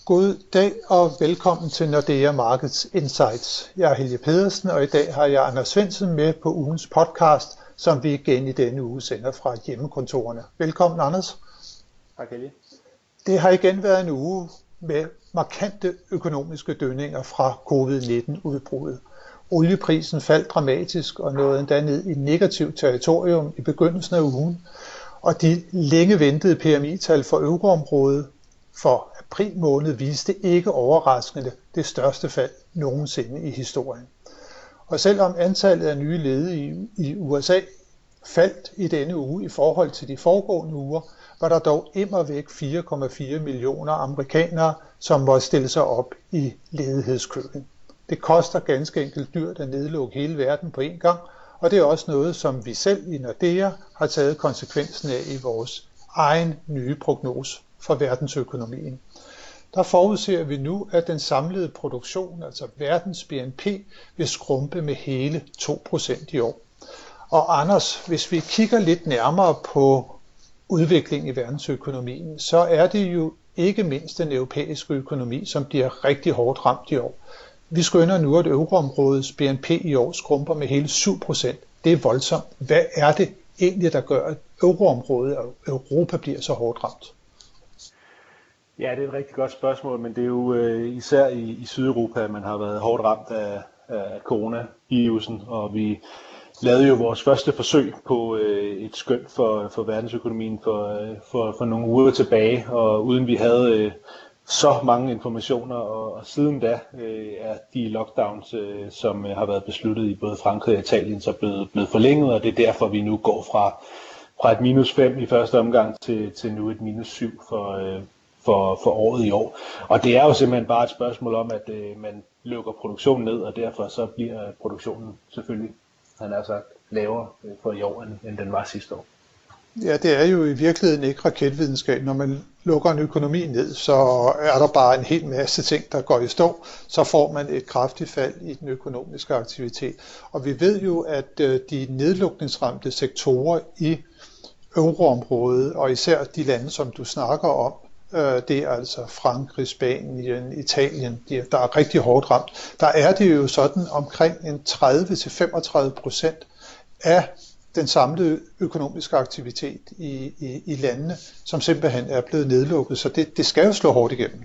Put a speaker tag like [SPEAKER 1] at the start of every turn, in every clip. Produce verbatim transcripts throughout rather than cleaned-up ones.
[SPEAKER 1] God dag og velkommen til Nordea Markets Insights. Jeg er Helge Pedersen, og i dag har jeg Anders Svendsen med på ugens podcast, som vi igen i denne uge sender fra hjemmekontorerne. Velkommen, Anders.
[SPEAKER 2] Tak, Helge.
[SPEAKER 1] Det har igen været en uge med markante økonomiske dønninger fra covid nitten udbruddet. Olieprisen faldt dramatisk og nåede endda ned i negativt territorium i begyndelsen af ugen, og de længe ventede P M I-tal for euroområdet for april måned viste ikke overraskende det største fald nogensinde i historien. Og selvom antallet af nye ledige i U S A faldt i denne uge i forhold til de foregående uger, var der dog immervæk fire komma fire millioner amerikanere, som måtte stille sig op i ledighedskøen. Det koster ganske enkelt dyrt at nedlukke hele verden på én gang, og det er også noget, som vi selv i Nordea har taget konsekvensen af i vores egen nye prognose for verdensøkonomien. Der forudser vi nu, at den samlede produktion, altså verdens B N P, vil skrumpe med hele to procent i år. Og Anders, hvis vi kigger lidt nærmere på udviklingen i verdensøkonomien, så er det jo ikke mindst den europæiske økonomi, som bliver rigtig hårdt ramt i år. Vi skønner nu, at euroområdets B N P i år skrumper med hele syv procent. Det er voldsomt. Hvad er det egentlig, der gør, at euroområdet og Europa bliver så hårdt ramt?
[SPEAKER 2] Ja, det er et rigtig godt spørgsmål, men det er jo øh, især i, i Sydeuropa, man har været hårdt ramt af, af coronavirusen, og vi lavede jo vores første forsøg på øh, et skøn for, for verdensøkonomien for, øh, for, for nogle uger tilbage, og uden vi havde øh, så mange informationer, og, og siden da øh, er de lockdowns, øh, som øh, har været besluttet i både Frankrig og Italien, så blevet, blevet forlænget, og det er derfor, vi nu går fra, fra et minus fem i første omgang til, til nu et minus syv for øh, For, for året i år. Og det er jo simpelthen bare et spørgsmål om, at øh, man lukker produktionen ned, og derfor så bliver produktionen selvfølgelig, han har sagt, lavere øh, for i år, end, end den var sidste år.
[SPEAKER 1] Ja, det er jo i virkeligheden ikke raketvidenskab. Når man lukker en økonomi ned, så er der bare en hel masse ting, der går i stå. Så får man et kraftigt fald i den økonomiske aktivitet. Og vi ved jo, at øh, de nedlukningsramte sektorer i euroområdet, og især de lande, som du snakker om, det er altså Frankrig, Spanien, Italien, der er rigtig hårdt ramt. Der er det jo sådan omkring en tredive til femogtredive procent af den samlede økonomiske aktivitet i, i, i landene, som simpelthen er blevet nedlukket. Så det, det skal jo slå hårdt igennem.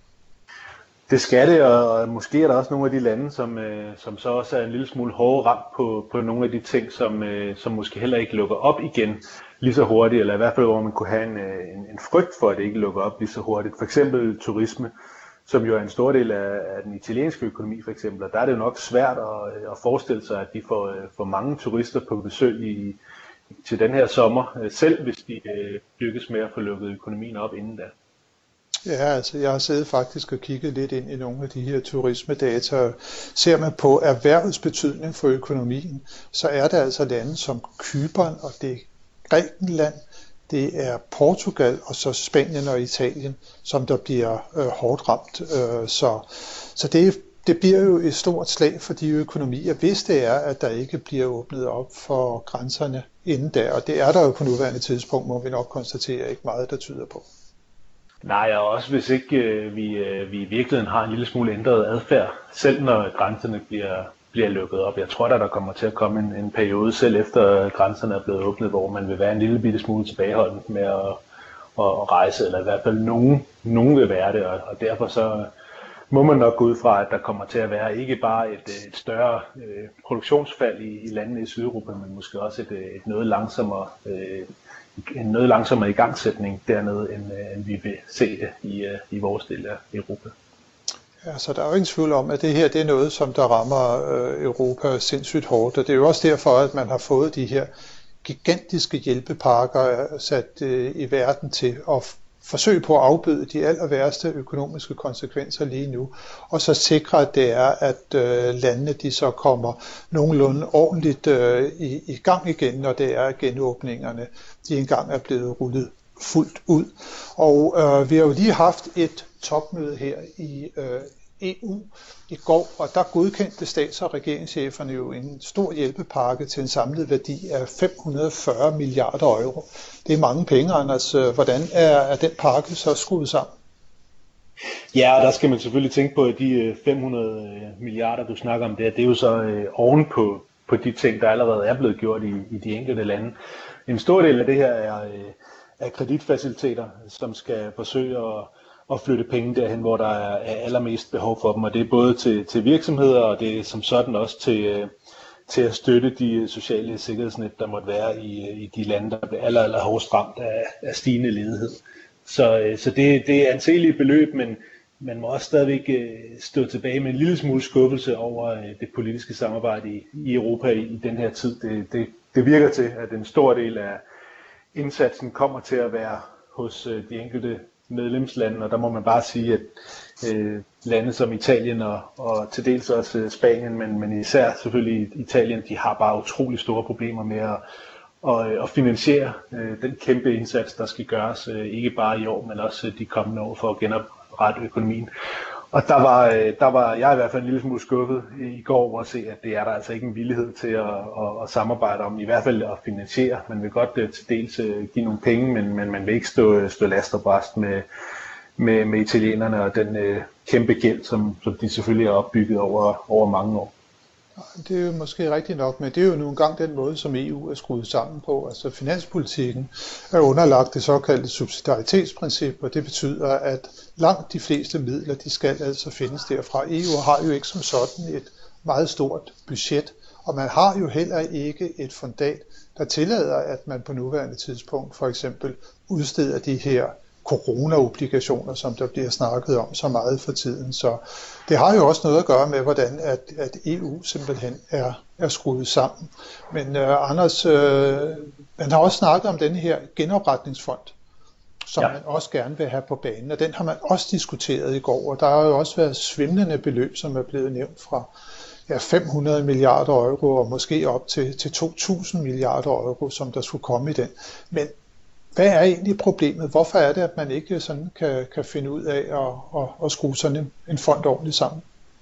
[SPEAKER 2] Det skal det, og måske er der også nogle af de lande, som, som så også er en lille smule hårdere ramt på, på nogle af de ting, som, som måske heller ikke lukker op igen lige så hurtigt, eller i hvert fald hvor man kunne have en, en, en frygt for, at det ikke lukker op lige så hurtigt. For eksempel turisme, som jo er en stor del af, af den italienske økonomi for eksempel, og der er det jo nok svært at, at forestille sig, at de får, får mange turister på besøg i, til den her sommer, selv hvis de øh, lykkes med at få lukket økonomien op inden da.
[SPEAKER 1] Ja, altså jeg har siddet faktisk og kigget lidt ind i nogle af de her turismedata. Ser man på erhvervets betydning for økonomien, så er der altså lande som Cypern, og det er Grækenland, det er Portugal og så Spanien og Italien, som der bliver øh, hårdt ramt. Øh, så så det, det bliver jo et stort slag for de økonomier, hvis det er, at der ikke bliver åbnet op for grænserne inden da. Og det er der jo på nuværende tidspunkt, må vi nok konstatere, ikke meget, der tyder på.
[SPEAKER 2] Nej, og også hvis ikke øh, vi, øh, vi i virkeligheden har en lille smule ændret adfærd, selv når grænserne bliver, bliver lukket op. Jeg tror da, der kommer til at komme en, en periode, selv efter grænserne er blevet åbnet, hvor man vil være en lille bitte smule tilbageholden med at, at, at rejse, eller i hvert fald nogen, nogen vil være det, og, og derfor så må man nok gå ud fra, at der kommer til at være ikke bare et, et større øh, produktionsfald i, i landene i Sydeuropa, men måske også et, et noget langsommere øh, en noget langsommere igangsætning dernede, end, end vi vil se det i, i vores del af Europa.
[SPEAKER 1] Ja, så der er jo ingen tvivl om, at det her det er noget, som der rammer øh, Europa sindssygt hårdt, og det er jo også derfor, at man har fået de her gigantiske hjælpepakker sat øh, i verden til at forsøge på at afbøde de aller værste økonomiske konsekvenser lige nu, og så sikre, at det er, at øh, landene de så kommer nogenlunde ordentligt øh, i, i gang igen, når det er, at genåbningerne de engang er blevet rullet fuldt ud. Og øh, vi har jo lige haft et topmøde her i øh, E U i går, og der godkendte stats- og regeringscheferne jo en stor hjælpepakke til en samlet værdi af fem hundrede og fyrre milliarder euro. Det er mange penge, Anders. Hvordan er, er den pakke så skruet sammen?
[SPEAKER 2] Ja, og der skal man selvfølgelig tænke på, at de fem hundrede milliarder, du snakker om der, det er jo så øh, oven på, på de ting, der allerede er blevet gjort i, i de enkelte lande. En stor del af det her er, øh, er kreditfaciliteter, som skal forsøge at, at flytte penge derhen, hvor der er, er allermest behov for dem. Og det er både til, til virksomheder, og det er som sådan også til, øh, til at støtte de sociale sikkerhedsnet, der måtte være i, i de lande, der bliver aller, aller hårdest ramt af, af stigende ledighed. Så, øh, så det, det er anselige beløb, men man må også stadigvæk stå tilbage med en lille smule skuffelse over det politiske samarbejde i, i Europa i, i den her tid. Det, det, det virker til, at en stor del af indsatsen kommer til at være hos de enkelte medlemslande, og der må man bare sige, at øh, lande som Italien og, og til dels også Spanien, men, men især selvfølgelig Italien, de har bare utrolig store problemer med at, at, at finansiere øh, den kæmpe indsats, der skal gøres, øh, ikke bare i år, men også de kommende år for at genoprette ret økonomien. Og der var, der var jeg i hvert fald en lille smule skuffet i går over at se, at det er der altså ikke en villighed til at, at, at samarbejde om, i hvert fald at finansiere. Man vil godt til dels give nogle penge, men, men man vil ikke stå, stå last og bræst med, med, med italienerne og den uh, kæmpe gæld, som, som de selvfølgelig har opbygget over, over mange år.
[SPEAKER 1] Det er jo måske rigtigt nok, men det er jo nu engang den måde, som E U er skruet sammen på. Altså finanspolitikken er underlagt det såkaldte subsidiaritetsprincip, og det betyder, at langt de fleste midler, de skal altså findes derfra. E U har jo ikke som sådan et meget stort budget, og man har jo heller ikke et fundat, der tillader, at man på nuværende tidspunkt for eksempel udsteder de her corona-obligationer, som der bliver snakket om så meget for tiden. Så det har jo også noget at gøre med, hvordan at, at E U simpelthen er, er skruet sammen. Men uh, Anders, uh, man har også snakket om den her genopretningsfond, som ja. man også gerne vil have på banen, og den har man også diskuteret i går, og der har jo også været svimlende beløb, som er blevet nævnt fra ja, fem hundrede milliarder euro, og måske op til, til to tusind milliarder euro, som der skulle komme i den. Men hvad er egentlig problemet? Hvorfor er det, at man ikke sådan kan, kan finde ud af at, at, at skrue sådan en, en fond ordentligt sammen?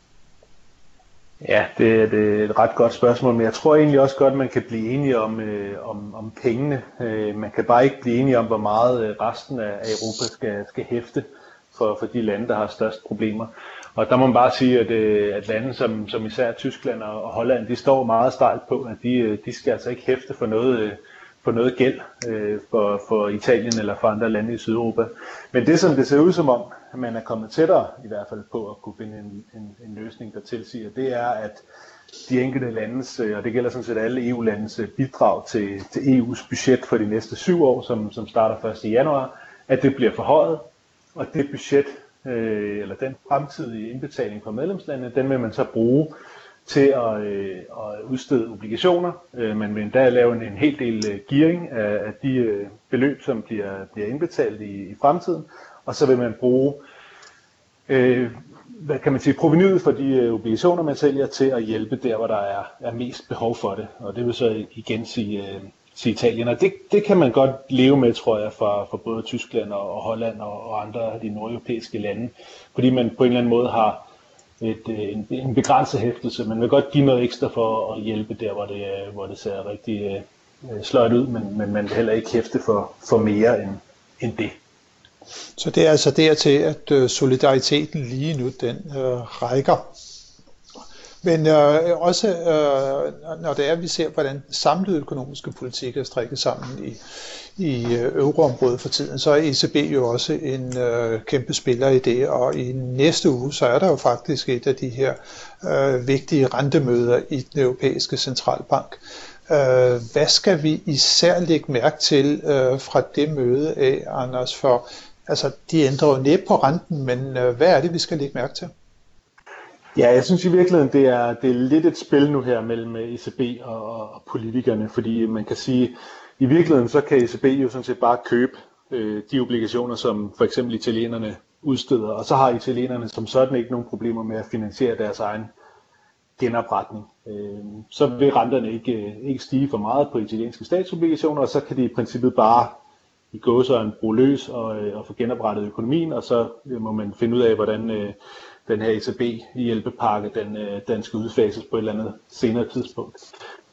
[SPEAKER 2] Ja, det, det er et ret godt spørgsmål, men jeg tror egentlig også godt, at man kan blive enige om, øh, om, om pengene. Øh, man kan bare ikke blive enige om, hvor meget resten af Europa skal, skal hæfte for, for de lande, der har størst problemer. Og der må man bare sige, at, øh, at lande som, som især Tyskland og, og Holland, de står meget stejlt på, at de, de skal altså ikke hæfte for noget øh, for noget gæld øh, for, for Italien eller for andre lande i Sydeuropa. Men det, som det ser ud som om, at man er kommet tættere i hvert fald på at kunne finde en, en, en løsning, der tilsiger, det er, at de enkelte landes, og det gælder sådan set alle E U-landes bidrag til, til E U's budget for de næste syv år, som, som starter første januar, at det bliver forhøjet, og det budget, øh, eller den fremtidige indbetaling fra medlemslandene, den vil man så bruge til at, øh, at udstede obligationer. Øh, man vil endda lave en, en hel del øh, gearing af, af de øh, beløb, som bliver, bliver indbetalt i, i fremtiden, og så vil man bruge øh, hvad kan man sige, provenyet for de øh, obligationer, man sælger, til at hjælpe der, hvor der er, er mest behov for det. Og det vil så igen sige, øh, sige Italien. Og det, det kan man godt leve med, tror jeg, for, for både Tyskland og, og Holland og, og andre af de nordeuropæiske lande, fordi man på en eller anden måde har Et, en, en begrænset hæftelse. Man vil godt give noget ekstra for at hjælpe der, hvor det, hvor det ser rigtig uh, sløjt ud, men, men man vil heller ikke hæfte for, for mere end, end det.
[SPEAKER 1] Så det er altså dertil, at uh, solidariteten lige nu, den uh, rækker. Men øh, også øh, når det er, at vi ser, hvordan samlede økonomiske politik er strikket sammen i, i euroområdet for tiden, så er E C B jo også en øh, kæmpe spiller i det, og i næste uge, så er der jo faktisk et af de her øh, vigtige rentemøder i den europæiske centralbank. Øh, hvad skal vi især lægge mærke til øh, fra det møde af, Anders? For altså, de ændrer jo næb på renten, men øh, hvad er det, vi skal lægge mærke til?
[SPEAKER 2] Ja, jeg synes i virkeligheden, det er, det er lidt et spil nu her mellem E C B og, og politikerne, fordi man kan sige, i virkeligheden så kan E C B jo sådan set bare købe øh, de obligationer, som for eksempel italienerne udsteder, og så har italienerne som sådan ikke nogen problemer med at finansiere deres egen genopretning. Øh, så vil renterne ikke, ikke stige for meget på italienske statsobligationer, og så kan de i princippet bare i gåseøjne bruge løs og, og få genoprettet økonomien, og så må man finde ud af, hvordan øh, den her E C B-hjælpepakke, den, den skal udfases på et eller andet senere tidspunkt.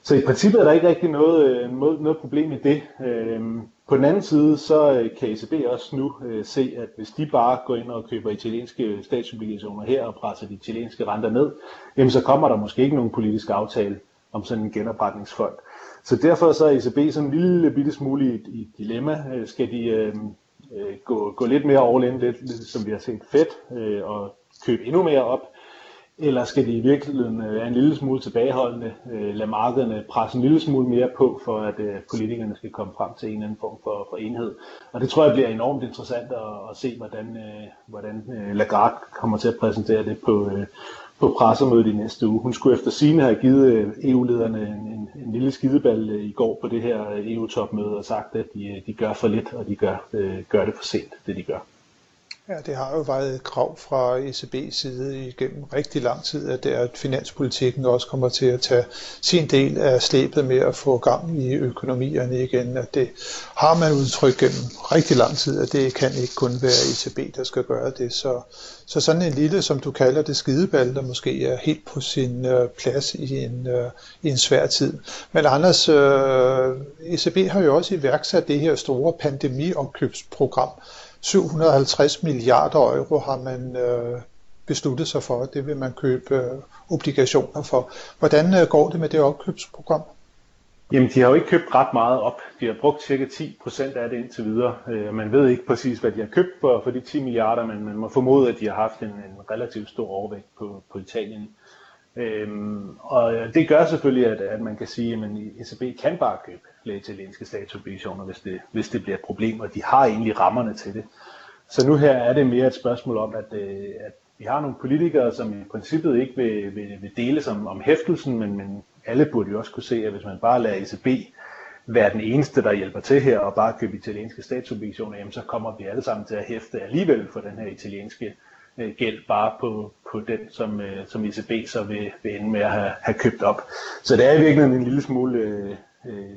[SPEAKER 2] Så i princippet er der ikke rigtig noget, noget problem i det. På den anden side, så kan E C B også nu se, at hvis de bare går ind og køber italienske statsobligationer her og presser de italienske renter ned, jamen så kommer der måske ikke nogen politisk aftale om sådan en genopretningsfond. Så derfor så er E C B sådan en lille bitte smule i et, i et dilemma. Skal de øh, gå, gå lidt mere all in, lidt, lidt som vi har set Fed, øh, og købe endnu mere op? Eller skal de i virkeligheden være en lille smule tilbageholdende, lade markederne presse en lille smule mere på, for at politikerne skal komme frem til en eller anden form for, for enhed. Og det tror jeg bliver enormt interessant at, at se, hvordan, hvordan Lagarde kommer til at præsentere det på, på pressemødet i næste uge. Hun skulle efter sigende have givet E U-lederne en, en, en lille skideball i går på det her E U-topmøde og sagt, at de, de gør for lidt, og de gør, gør det for sent, det de gør.
[SPEAKER 1] Ja, det har jo været et krav fra E C B's side igennem rigtig lang tid, at, det er, at finanspolitikken også kommer til at tage sin del af slæbet med at få gang i økonomierne igen. At det har man udtrykt gennem rigtig lang tid, at det kan ikke kun være E C B, der skal gøre det. Så, så sådan en lille, som du kalder det, skideball, der måske er helt på sin øh, plads i en, øh, i en svær tid. Men Anders, øh, E C B har jo også iværksat det her store pandemiopkøbsprogram. syv hundrede og halvtreds milliarder euro har man øh, besluttet sig for, det vil man købe øh, obligationer for. Hvordan øh, går det med det opkøbsprogram?
[SPEAKER 2] Jamen, de har jo ikke købt ret meget op. De har brugt cirka ti procent af det indtil videre. Øh, man ved ikke præcis, hvad de har købt for, for de ti milliarder, men man må formode, at de har haft en, en relativt stor overvægt på, på Italien. Øhm, og det gør selvfølgelig, at, at man kan sige, at E C B kan bare købe flere italienske statsobligationer, hvis det, hvis det bliver et problem, og de har egentlig rammerne til det. Så nu her er det mere et spørgsmål om, at, at vi har nogle politikere, som i princippet ikke vil, vil, vil dele om, om hæftelsen, men, men alle burde jo også kunne se, at hvis man bare lader E C B være den eneste, der hjælper til her, og bare købe italienske statsobligationer, jamen så kommer vi alle sammen til at hæfte alligevel for den her italienske gæld bare på, på den, som, som E C B så vil, vil ende med at have, have købt op. Så det er i virkeligheden en lille smule øh,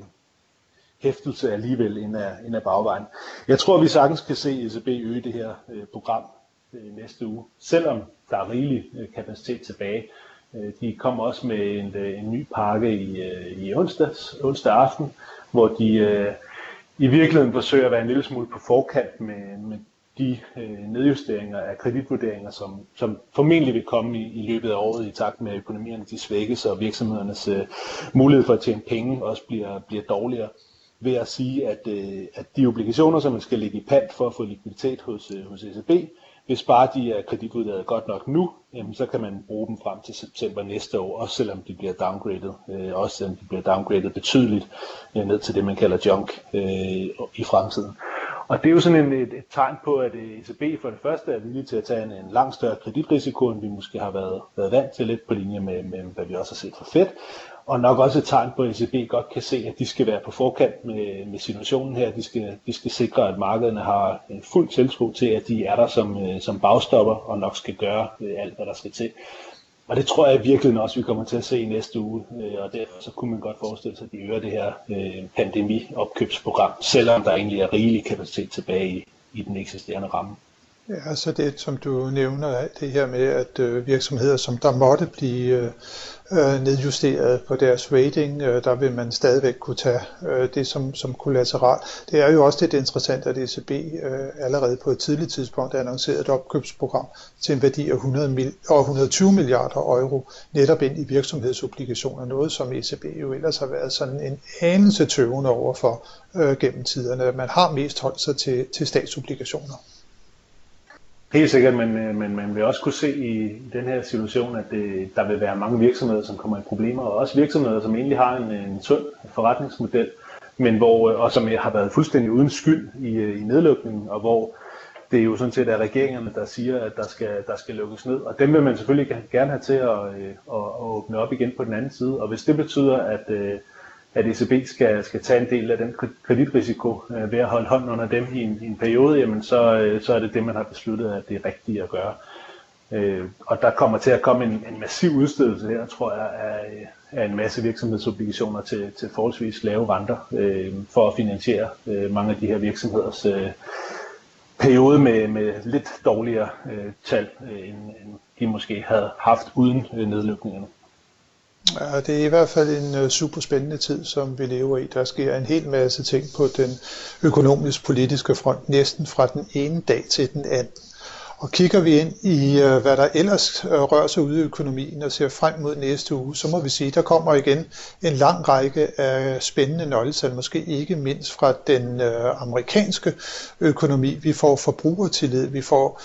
[SPEAKER 2] hæftelse alligevel ind af, ind af bagvejen. Jeg tror, vi sagtens kan se E C B øge det her øh, program øh, næste uge, selvom der er rigelig øh, kapacitet tilbage. Øh, de kommer også med en, en ny pakke i, øh, i onsdags, onsdag aften, hvor de øh, i virkeligheden forsøger at være en lille smule på forkant med, med de øh, nedjusteringer af kreditvurderinger, som, som formentlig vil komme i, i løbet af året i takt med, at økonomierne de svækkes, og virksomhedernes øh, mulighed for at tjene penge også bliver, bliver dårligere, ved at sige, at, øh, at de obligationer, som man skal lægge i pant for at få likviditet hos, øh, hos E C B, hvis bare de er kreditvurderet godt nok nu, jamen, så kan man bruge dem frem til september næste år, også selvom de bliver downgraded, øh, også selvom de bliver downgraded betydeligt øh, ned til det, man kalder junk øh, i fremtiden. Og det er jo sådan en, et, et tegn på, at E C B for det første er villige til at tage en, en langt større kreditrisiko, end vi måske har været, været vant til, lidt på linje med, med, hvad vi også har set fra Fed. Og nok også et tegn på, at E C B godt kan se, at de skal være på forkant med, med situationen her. De skal, de skal sikre, at markederne har en fuld tiltro til, at de er der som, som bagstopper og nok skal gøre alt, hvad der skal til. Og det tror jeg virkelig også, vi kommer til at se i næste uge, og derfor så kunne man godt forestille sig, at de øger det her øh, pandemi-opkøbsprogram, selvom der egentlig er rigelig kapacitet tilbage i, i den eksisterende ramme.
[SPEAKER 1] Ja, så det som du nævner, det her med, at øh, virksomheder, som der måtte blive øh, nedjusteret på deres rating, øh, der vil man stadigvæk kunne tage øh, det som, som kollateral. Det er jo også lidt interessant, at E C B øh, allerede på et tidligt tidspunkt annoncerede et opkøbsprogram til en værdi af hundrede og hundrede og tyve milliarder euro, netop ind i virksomhedsobligationer, noget som E C B jo ellers har været sådan en anelse tøvende overfor øh, gennem tiderne. Man har mest holdt sig til, til statsobligationer.
[SPEAKER 2] Helt sikkert, men, men man vil også kunne se i, i den her situation, at det, der vil være mange virksomheder, som kommer i problemer, og også virksomheder, som egentlig har en, en sund forretningsmodel, men hvor, og som har været fuldstændig uden skyld i, i nedlukningen, og hvor det er jo sådan set er regeringerne, der siger, at der skal, der skal lukkes ned, og dem vil man selvfølgelig gerne have til at, at, at åbne op igen på den anden side, og hvis det betyder, at at E C B skal, skal tage en del af den kreditrisiko øh, ved at holde hånden under dem i en, i en periode, jamen så, øh, så er det det, man har besluttet, at det er rigtigt at gøre. Øh, og der kommer til at komme en, en massiv udstedelse her, tror jeg, af, af en masse virksomhedsobligationer til, til forholdsvis lave renter, øh, for at finansiere øh, mange af de her virksomheders øh, periode med, med lidt dårligere øh, tal, øh, end, end de måske havde haft uden øh, nedlukningerne.
[SPEAKER 1] Ja, det er i hvert fald en super spændende tid, som vi lever i. Der sker en hel masse ting på den økonomisk-politiske front, næsten fra den ene dag til den anden. Og kigger vi ind i, hvad der ellers rører sig ude i økonomien og ser frem mod næste uge, så må vi sige, at der kommer igen en lang række af spændende nøgletal, måske ikke mindst fra den øh, amerikanske økonomi. Vi får forbrugertillid, vi får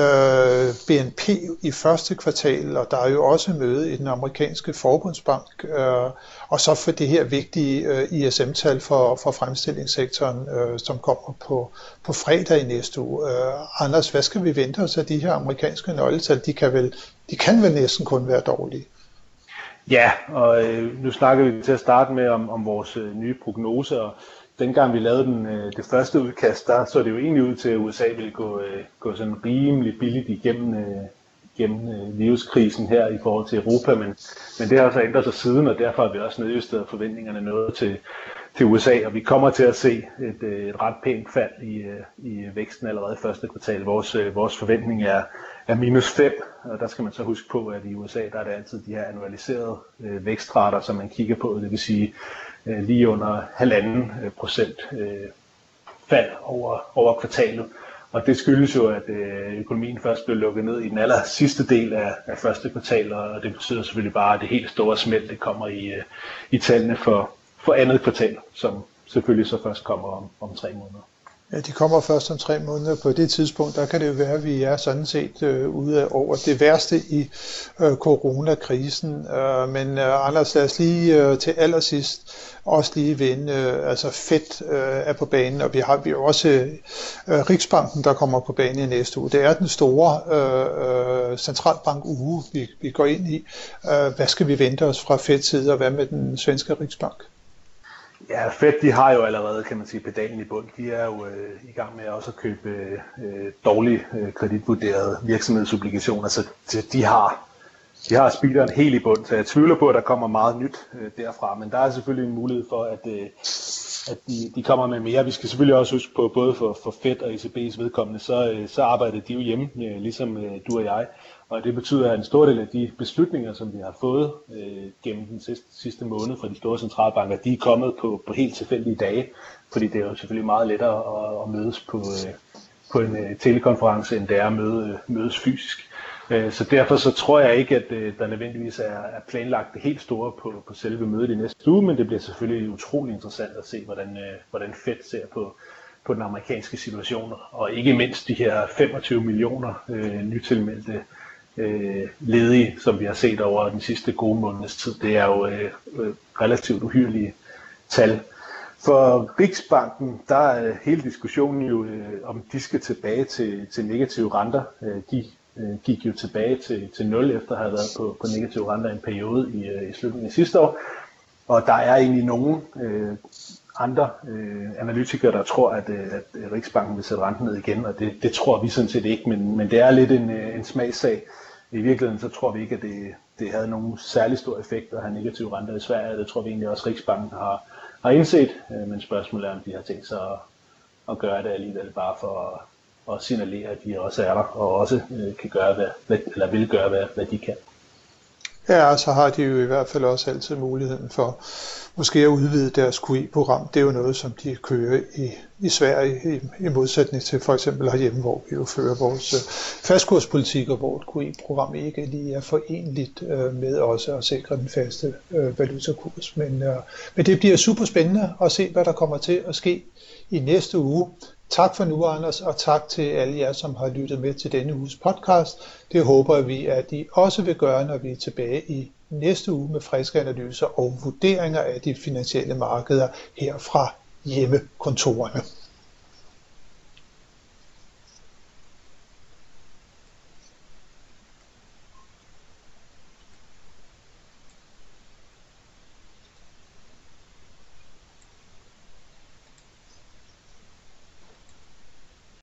[SPEAKER 1] øh, B N P i første kvartal, og der er jo også møde i den amerikanske forbundsbank, øh, og så for det her vigtige øh, I S M-tal for, for fremstillingssektoren, øh, som kommer på, på fredag i næste uge. Øh, Anders, hvad skal vi vente os af de her amerikanske nøgletal? De kan vel, de kan vel næsten kun være dårlige.
[SPEAKER 2] Ja, og øh, nu snakker vi til at starte med om, om vores øh, nye prognoser, og dengang vi lavede den, øh, det første udkast, der så det jo egentlig ud til, at U S A ville gå, øh, gå sådan rimelig billigt igennem øh, gennem øh, viruskrisen her i forhold til Europa, men, men det har så ændret sig siden, og derfor har vi også nedjusteret forventningerne noget til, til U S A, og vi kommer til at se et, et ret pænt fald i, i væksten allerede i første kvartal. Vores, vores forventning er, er minus fem, og der skal man så huske på, at i U S A der er det altid de her annualiserede øh, vækstrater, som man kigger på, det vil sige øh, lige under halvanden øh, procent øh, fald over, over kvartalet. Og det skyldes jo, at øh, økonomien først blev lukket ned i den aller sidste del af, af første kvartal, og det betyder selvfølgelig bare, at det helt store smelt det kommer i, øh, i tallene for for andet kvartal, som selvfølgelig så først kommer om, om tre måneder.
[SPEAKER 1] Ja, de kommer først om tre måneder. På det tidspunkt, der kan det jo være, at vi er sådan set øh, ude over det værste i øh, coronakrisen. Øh, men øh, Anders, lad os lige øh, til allersidst også lige vende, øh, altså Fed øh, er på banen, og vi har vi jo også øh, Riksbanken, der kommer på banen i næste uge. Det er den store øh, centralbank-uge, vi, vi går ind i. Øh, hvad skal vi vente os fra Feds side, og hvad med den svenske Riksbank?
[SPEAKER 2] Ja, Fed, de har jo allerede, kan man sige, pedalen i bund. De er jo øh, i gang med også at købe øh, dårligt øh, kreditvurderede virksomhedsobligationer, så de, de har de har speederen helt i bund. Så jeg tvivler på, at der kommer meget nyt øh, derfra, men der er selvfølgelig en mulighed for, at, øh, at de, de kommer med mere. Vi skal selvfølgelig også huske på, både for, for Fed og E C B's vedkommende, så, øh, så arbejder de jo hjemme, øh, ligesom øh, du og jeg. Og det betyder, at en stor del af de beslutninger, som vi har fået øh, gennem den sidste, sidste måned fra de store centralbanker, de er kommet på, på helt tilfældige dage, fordi det er jo selvfølgelig meget lettere at, at mødes på, øh, på en øh, telekonference, end det er at møde, mødes fysisk. Øh, så derfor så tror jeg ikke, at øh, der nødvendigvis er, er planlagt det helt store på, på selve mødet i næste uge, men det bliver selvfølgelig utrolig interessant at se, hvordan, øh, hvordan Fed ser på, på den amerikanske situation, og ikke mindst de her femogtyve millioner øh, nytilmeldte Øh, ledige, som vi har set over den sidste gode måneds tid. Det er jo øh, relativt uhyrlige tal. For Riksbanken, der er hele diskussionen jo, øh, om de skal tilbage til, til negative renter. Øh, de øh, gik jo tilbage til, til nul, efter at have været på, på negative renter en periode i, øh, i slutningen af sidste år. Og der er egentlig nogen øh, andre øh, analytikere, der tror, at, øh, at Riksbanken vil sætte renten ned igen, og det, det tror vi sådan set ikke, men, men det er lidt en, en smagssag. I virkeligheden så tror vi ikke, at det, det havde nogen særlig stor effekt at have negative renter i Sverige. Det tror vi egentlig også, at Riksbanken har, har indset, øh, men spørgsmålet er, om de har tænkt sig at, at gøre det alligevel bare for at, at signalere, at de også er der, og også øh, kan gøre, hvad, hvad, eller vil gøre, hvad, hvad de kan.
[SPEAKER 1] Ja, så har de jo i hvert fald også altid muligheden for måske at udvide deres Q I-program. Det er jo noget, som de kører i, i Sverige, i, i modsætning til for eksempel herhjemme, hvor vi jo fører vores øh, fastkurspolitik, og hvor et Q I-program ikke lige er forenligt øh, med også at sikre den faste øh, valutakurs. Men, øh, men det bliver super spændende at se, hvad der kommer til at ske i næste uge. Tak for nu, Anders, og tak til alle jer, som har lyttet med til denne uges podcast. Det håber vi, at I også vil gøre, når vi er tilbage i næste uge med friske analyser og vurderinger af de finansielle markeder her fra hjemmekontorerne.